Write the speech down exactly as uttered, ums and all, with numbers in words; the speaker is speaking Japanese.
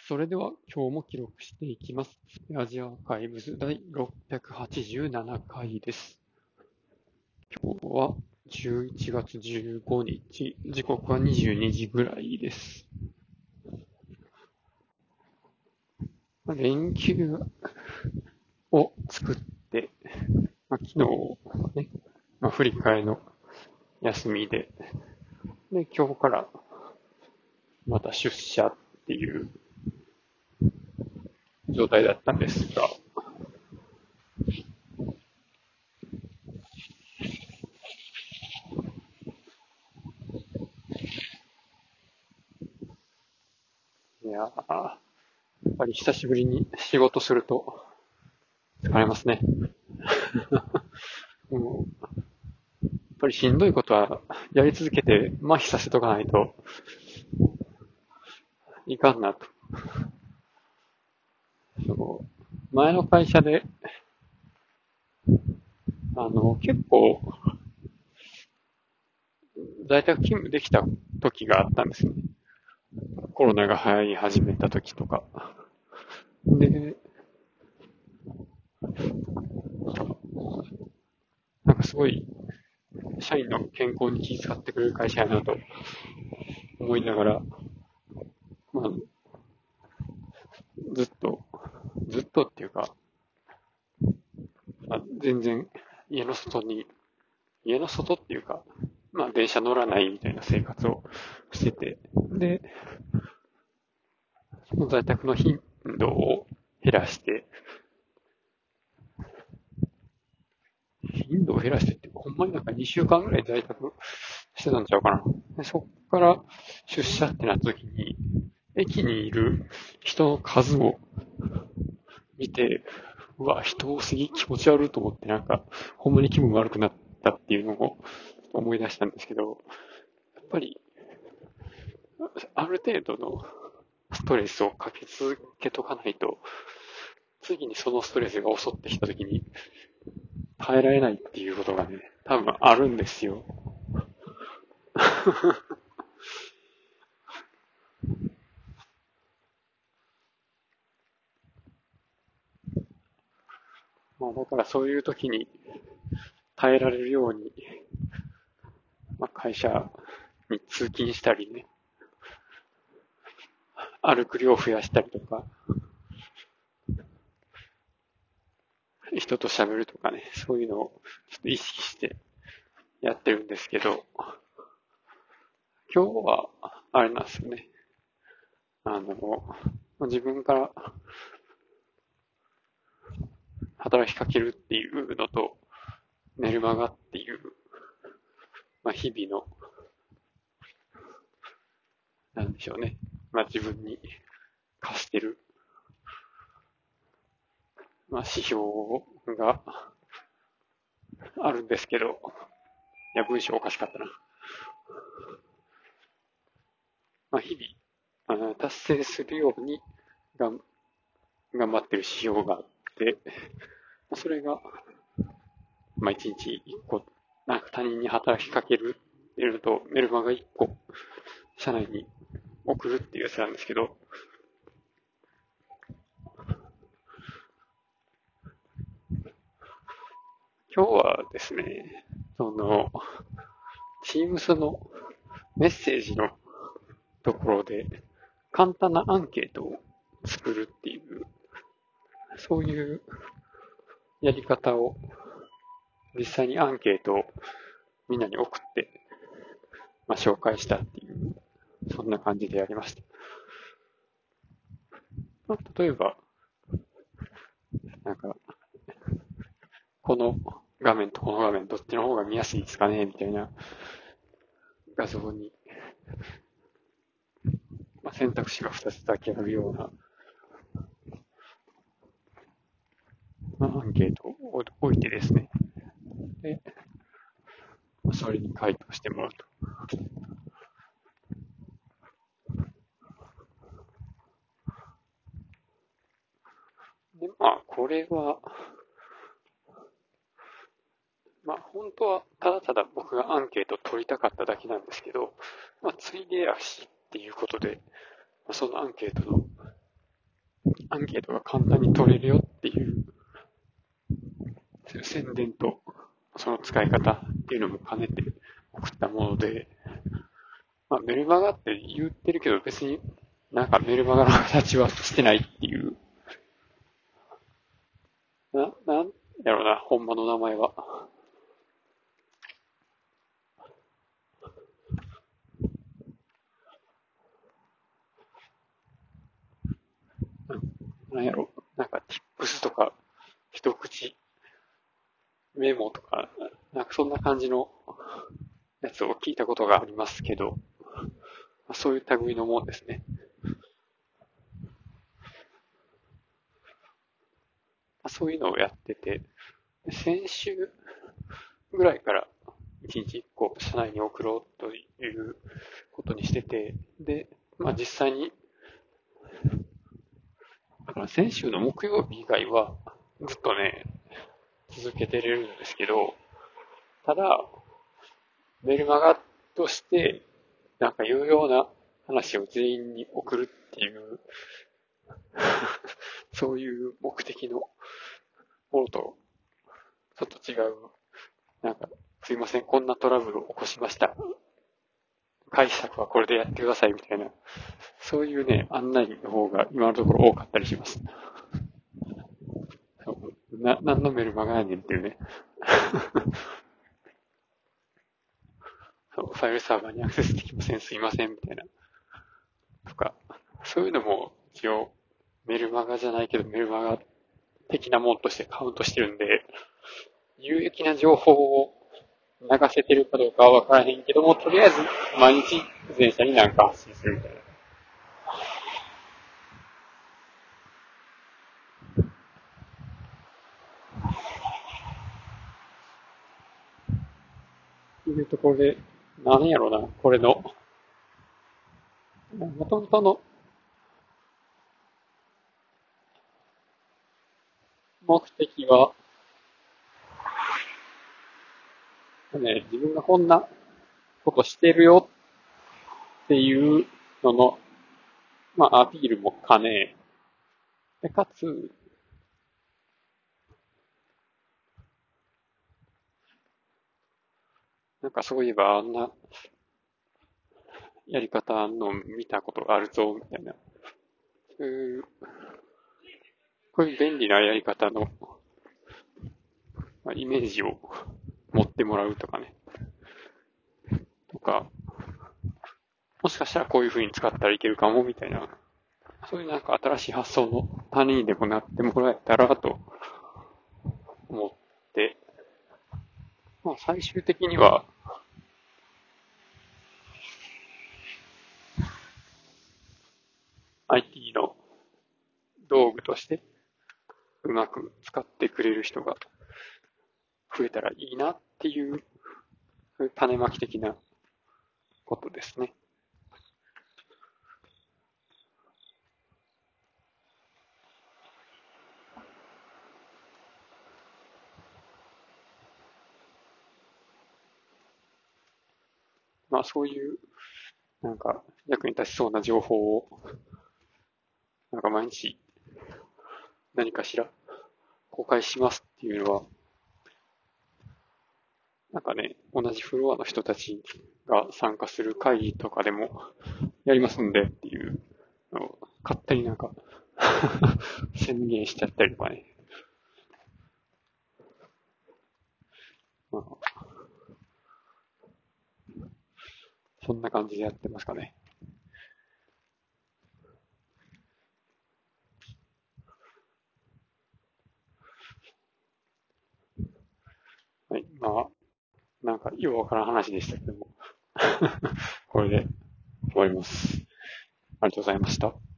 それでは今日も記録していきます。アジアアーカイブズ第ろっぴゃくはちじゅうななかいです。今日はじゅういちがつじゅうごにち、時刻はにじゅうにじぐらいです。連休を作って、まあ、昨日ね、まあ、振り替えの休みで、で、今日からまた出社っていう状態だったんですが、いやー、やっぱり久しぶりに仕事すると疲れますね。もうやっぱりしんどいことはやり続けて麻痺させとかないといかんなと。そう前の会社で、あの、結構在宅勤務できた時があったんですね。コロナが流行り始めた時とか。で、なんかすごい社員の健康に気遣ってくれる会社やなと思いながら、まあ、ずっと、ずっとっていうか、まあ、全然家の外に、家の外っていうか、まあ電車乗らないみたいな生活をしてて、で、その在宅の頻度を減らして、頻度を減らしてって、ほんまになんかにしゅうかんぐらい在宅してたんちゃうかな。でそっから出社ってなった時に、駅にいる人の数を見て、うわ、人多すぎ気持ち悪いと思ってなんか、ほんまに気分悪くなったっていうのを思い出したんですけど、やっぱり、ある程度のストレスをかけ続けとかないと、次にそのストレスが襲ってきた時に耐えられないっていうことがね、多分あるんですよ。まあだからそういう時に耐えられるように、まあ、会社に通勤したりね、歩く量を増やしたりとか、人と喋るとかね、そういうのをちょっと意識してやってるんですけど、今日は、あれなんですよね。あの、自分から働きかけるっていうのと、メルマガっていう、まあ、日々の、なんでしょうね。まあ、自分に課してる、まあ、指標があるんですけど、いや、文章おかしかったな。まあ、日々、あ達成するようにがん頑張ってる指標があって、それが、まあ、一日一個、なんか他人に働きかけるっていうのと、メルマガ一個、社内に送るっていうやつなんですけど、今日はですね、その、Teams のメッセージのところで、簡単なアンケートを作るっていう、そういうやり方を、実際にアンケートをみんなに送って、まあ、紹介したっていう、そんな感じでやりました。まあ、例えば、なんか、この画面とこの画面どっちの方が見やすいですかねみたいな画像に、まあ、選択肢がふたつだけあるような、まあ、アンケートを置いてですね。で、それに回答してもらうと。で、まあ、これは、まあ、本当はただただ僕がアンケートを取りたかっただけなんですけど、まあ、ついでやしっていうことで、まあ、そのアンケートのアンケートが簡単に取れるよっていう宣伝と、その使い方っていうのも兼ねて送ったもので、まあ、メルマガって言ってるけど別になんかメルマガの形はしてないっていう、な、なんやろうな、ほんまの名前は。なんやろ、なんか tips とか一口メモとか、なんかそんな感じのやつを聞いたことがありますけど、そういう類のもんですね。そういうのをやってて、先週ぐらいからいちにちいっこ社内に送ろうということにしてて、で、まあ実際に、だから先週の木曜日以外はずっとね、続けてれるんですけど、ただ、メルマガとして、なんか有用な話を全員に送るっていうそういう目的のものとちょっと違う、なんか、すいません、こんなトラブルを起こしました。解釈はこれでやってくださいみたいな、そういうね、案内の方が今のところ多かったりします。な、何のメルマガやねんっていうね。そうファイルサーバーにアクセスできません、すいません、みたいな。とか、そういうのも一応メルマガじゃないけどメルマガ的なものとしてカウントしてるんで、有益な情報を流せてるかどうかはわからへんけども、とりあえず毎日全社になんか発信するみたいな。いうところで、何やろな、これの、もともとの目的は、ね、自分がこんなことしてるよっていうのの、まあ、アピールも兼ね、で、かつ、なんかそういえばあんなやり方の見たことがあるぞ、みたいな。そういう、こういう便利なやり方の、まあ、イメージを持ってもらうとかね。とか、もしかしたらこういう風に使ったらいけるかも、みたいな。そういうなんか新しい発想の種にでもなってもらえたらと思って、まあ最終的には、アイティー の道具としてうまく使ってくれる人が増えたらいいなっていう、そういう種まき的なことですね。まあそういう、なんか役に立ちそうな情報を、なんか毎日何かしら公開しますっていうのは、なんかね、同じフロアの人たちが参加する会議とかでもやりますんでっていうのを勝手になんか宣言しちゃったりとかね。まあ、そんな感じでやってますかね。はい。まあ、なんかようわからん話でしたけどもこれで終わります。ありがとうございました。